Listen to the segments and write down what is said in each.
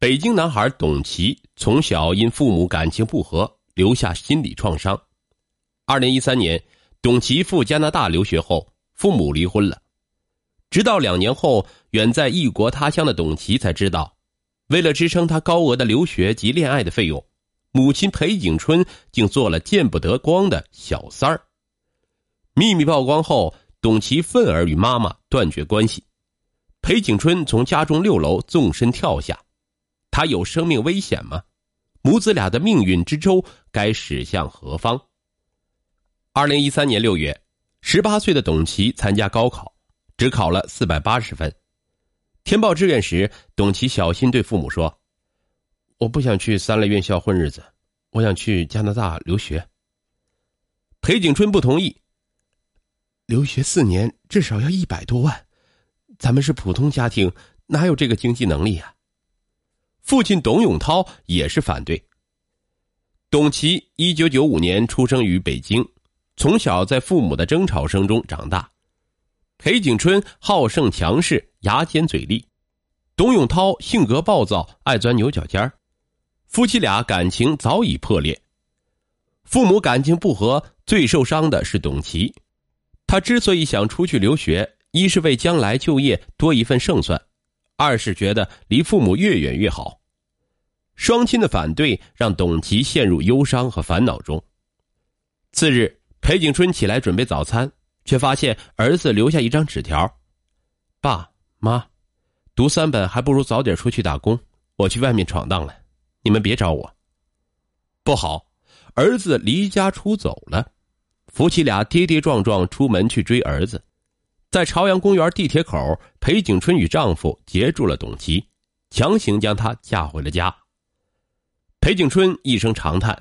北京男孩董琦从小因父母感情不和留下心理创伤。2013年，董琦赴加拿大留学后，父母离婚了。直到2年后，远在异国他乡的董琦才知道，为了支撑他高额的留学及恋爱的费用，母亲裴景春竟做了见不得光的小三儿。秘密曝光后，董琦愤而与妈妈断绝关系。裴景春从家中6楼纵身跳下，他有生命危险吗？母子俩的命运之舟该驶向何方？2013年6月，18岁的董琦参加高考，只考了480分。填报志愿时，董琦小心对父母说：“我不想去3类院校混日子，我想去加拿大留学。”裴景春不同意。留学4年至少要100多万，咱们是普通家庭，哪有这个经济能力啊？父亲董永涛也是反对。董琦1995年出生于北京，从小在父母的争吵声中长大。裴景春好胜强势，牙尖嘴利；董永涛性格暴躁，爱钻牛角尖，夫妻俩感情早已破裂。父母感情不和，最受伤的是董琦。他之所以想出去留学，一是为将来就业多一份胜算，二是觉得离父母越远越好。双亲的反对让董琦陷入忧伤和烦恼中。次日，裴景春起来准备早餐，却发现儿子留下一张纸条：“爸妈，读3本还不如早点出去打工，我去外面闯荡了，你们别找我。”不好，儿子离家出走了。夫妻俩跌跌撞撞出门去追儿子。在朝阳公园地铁口，裴景春与丈夫截住了董琦，强行将她嫁回了家。裴景春一声长叹：“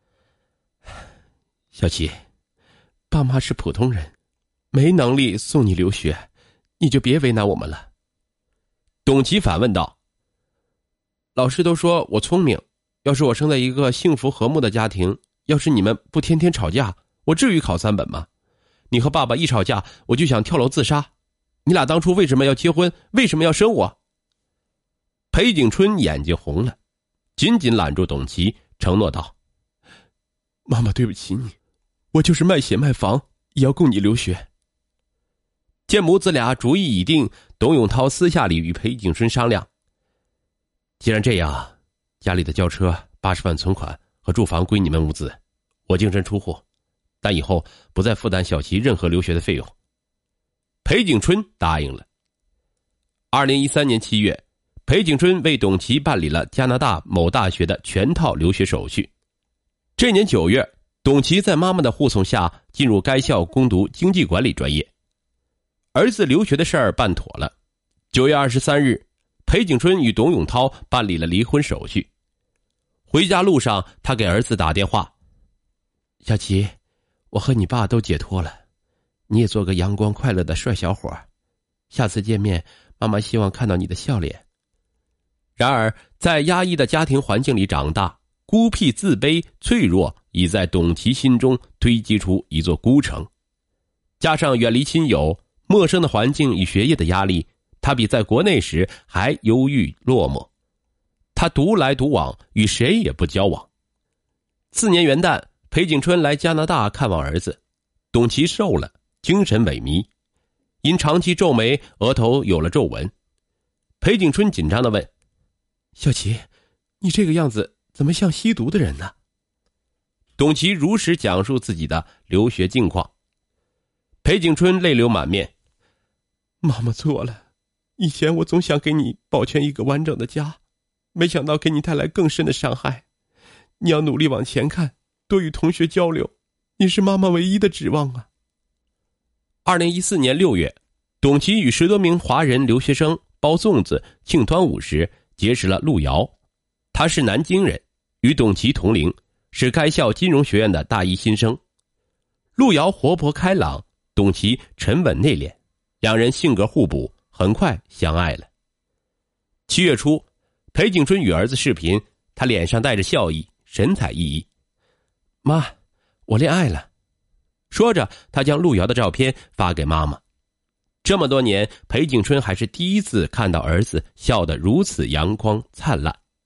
小琦，爸妈是普通人，没能力送你留学，你就别为难我们了。”董琦反问道：“老师都说我聪明，要是我生在一个幸福和睦的家庭，要是你们不天天吵架，我至于考3本吗？你和爸爸一吵架，我就想跳楼自杀。你俩当初为什么要结婚？为什么要生我？”裴景春眼睛红了，紧紧揽住董琦，承诺道：“妈妈对不起你，我就是卖血卖房也要供你留学。”见母子俩主意已定，董永涛私下里与裴景春商量：“既然这样，家里的轿车、80万存款和住房归你们母子，我净身出户，但以后不再负担小琦任何留学的费用。”裴景春答应了。2013年7月，裴景春为董琦办理了加拿大某大学的全套留学手续。这年9月，董琦在妈妈的护送下进入该校攻读经济管理专业。儿子留学的事儿办妥了。9月23日，裴景春与董永涛办理了离婚手续。回家路上，他给儿子打电话：“小琦，我和你爸都解脱了，你也做个阳光快乐的帅小伙，下次见面，妈妈希望看到你的笑脸。”然而，在压抑的家庭环境里长大，孤僻、自卑、脆弱已在董琦心中堆积出一座孤城。加上远离亲友、陌生的环境与学业的压力，他比在国内时还忧郁落寞。他独来独往，与谁也不交往。次年元旦，裴景春来加拿大看望儿子，董琦瘦了，精神萎靡，因长期皱眉，额头有了皱纹。裴景春紧张地问：“小琦，你这个样子怎么像吸毒的人呢？”董琦如实讲述自己的留学境况。裴景春泪流满面：“妈妈错了，以前我总想给你保全一个完整的家，没想到给你带来更深的伤害。你要努力往前看，多与同学交流，你是妈妈唯一的指望啊。”2014年6月，董琦与10多名华人留学生包粽子庆端午时结识了陆瑶。他是南京人，与董琦同龄，是该校金融学院的大一新生。陆瑶活泼开朗，董琦沉稳内敛，两人性格互补，很快相爱了。7月初，裴景春与儿子视频，他脸上带着笑意，神采奕奕：“妈，我恋爱了。”说着，他将陆瑶的照片发给妈妈。这么多年，裴景春还是第一次看到儿子笑得如此阳光灿烂。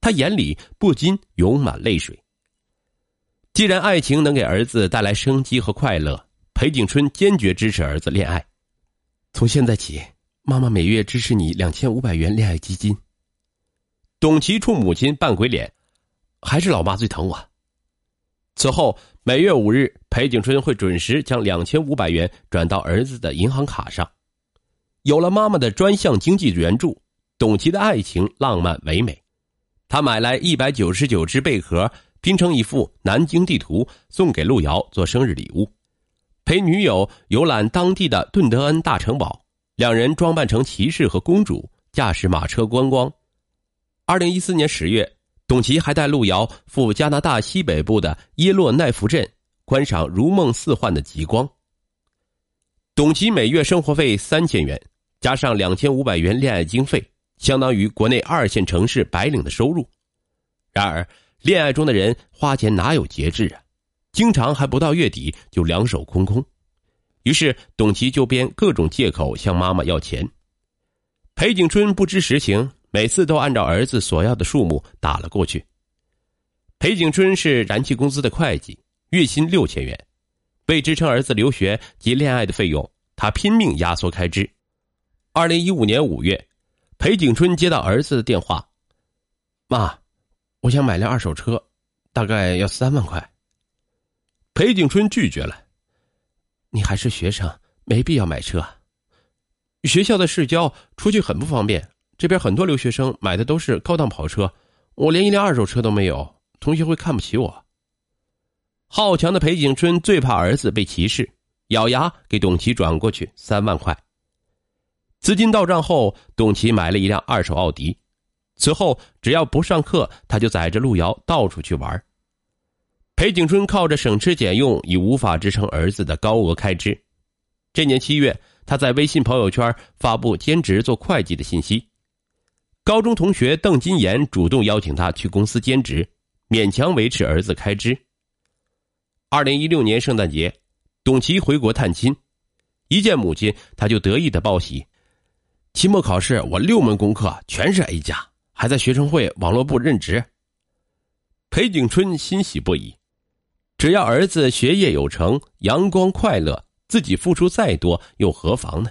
他眼里不禁涌满泪水。既然爱情能给儿子带来生机和快乐，裴景春坚决支持儿子恋爱。从现在起，妈妈每月支持你2500元恋爱基金。董琦冲母亲扮鬼脸，还是老妈最疼我。此后每月5日，裴景春会准时将2500元转到儿子的银行卡上。有了妈妈的专项经济援助，董琦的爱情浪漫唯美。他买来199只贝壳，拼成一幅南京地图，送给路遥做生日礼物。陪女友游览当地的顿德恩大城堡，两人装扮成骑士和公主，驾驶马车观光。2014年10月，董琦还带路遥赴加拿大西北部的耶洛奈夫镇，观赏如梦似幻的极光。董琦每月生活费3000元，加上2500元恋爱经费，相当于国内2线城市白领的收入。然而，恋爱中的人花钱哪有节制啊？经常还不到月底就两手空空。于是董琦就编各种借口向妈妈要钱。裴景春不知实情，每次都按照儿子所要的数目打了过去。裴景春是燃气公司的会计，月薪6000元。为支撑儿子留学及恋爱的费用，他拼命压缩开支。2015年5月，裴景春接到儿子的电话：妈，我想买辆二手车，大概要3万块。裴景春拒绝了：你还是学生，没必要买车。学校的市郊出去很不方便，这边很多留学生买的都是高档跑车，我连一辆二手车都没有，同学会看不起我。好强的裴景春最怕儿子被歧视，咬牙给董琦转过去3万块。资金到账后，董琦买了一辆二手奥迪。此后只要不上课，他就载着路遥到处去玩。裴景春靠着省吃俭用，已无法支撑儿子的高额开支。这年7月，他在微信朋友圈发布兼职做会计的信息。高中同学邓金岩主动邀请他去公司兼职，勉强维持儿子开支。2016年圣诞节，董琦回国探亲，一见母亲，他就得意地报喜：期末考试我6门功课全是 A 加，还在学生会网络部任职。裴景春欣喜不已，只要儿子学业有成，阳光快乐，自己付出再多又何妨呢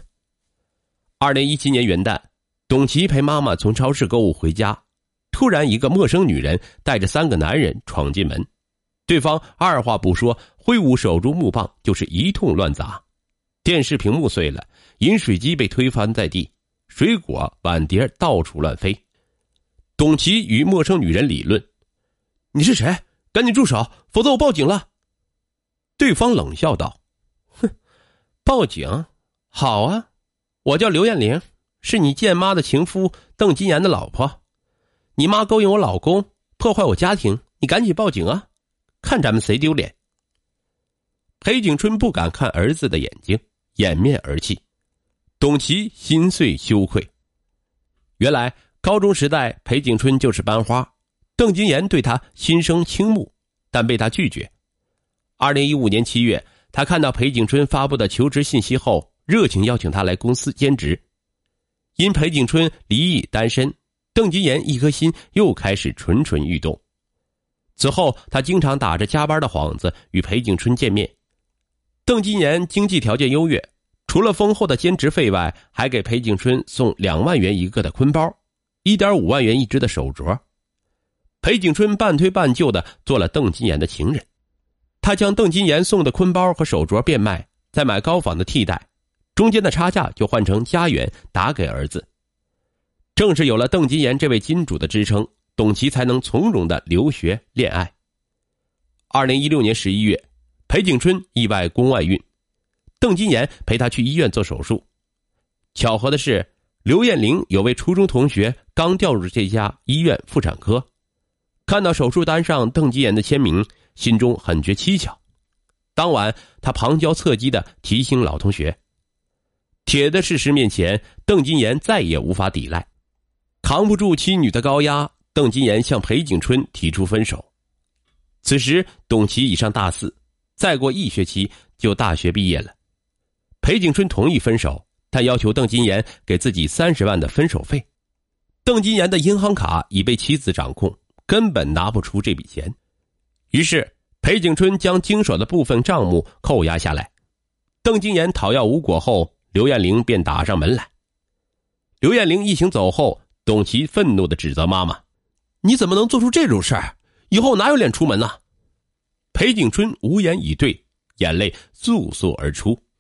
？2017年元旦，董琦陪妈妈从超市购物回家，突然一个陌生女人带着3个男人闯进门，对方二话不说，挥舞手中木棒就是一通乱砸，电视屏幕碎了，饮水机被推翻在地，水果碗碟到处乱飞。董琦与陌生女人理论：你是谁？赶紧住手，否则我报警了。对方冷笑道：哼，报警？好啊，我叫刘艳玲，是你贱妈的情夫邓金岩的老婆。你妈勾引我老公，破坏我家庭，你赶紧报警啊，看咱们谁丢脸。裴景春不敢看儿子的眼睛，掩面而泣。董琦心碎羞愧。原来高中时代，裴景春就是班花，邓金岩对他心生倾慕，但被他拒绝。2015年7月，他看到裴景春发布的求职信息后，热情邀请他来公司兼职。因裴景春离异单身，邓金岩一颗心又开始蠢蠢欲动。此后他经常打着加班的幌子与裴景春见面。邓金岩经济条件优越，除了丰厚的兼职费外，还给裴景春送2万元一个的坤包，1.5万元一只的手镯。裴景春半推半就的做了邓金岩的情人，他将邓金岩送的坤包和手镯变卖，再买高仿的替代，中间的差价就换成家元打给儿子。正是有了邓金岩这位金主的支撑，董琦才能从容的留学恋爱。2016年11月，裴景春意外宫外孕，邓金岩陪他去医院做手术。巧合的是，刘艳玲有位初中同学刚调入这家医院妇产科，看到手术单上邓金岩的签名，心中很觉蹊跷。当晚他旁敲侧击地提醒老同学。铁的事实面前，邓金岩再也无法抵赖，扛不住妻女的高压，邓金岩向裴景春提出分手。此时董琦已上大4，再过1学期就大学毕业了。裴景春同意分手，但要求邓金岩给自己30万的分手费。邓金岩的银行卡已被妻子掌控， 根本拿不出这笔钱。于是裴景春将经手的部分账目扣押下来。邓金岩讨要无果后，刘艳玲便打上门来。刘艳玲一行走后，董琦愤怒地指责妈妈：“你怎么能做出这种事儿？以后哪有脸出门呢？”裴景春无言以对，眼泪簌簌而出。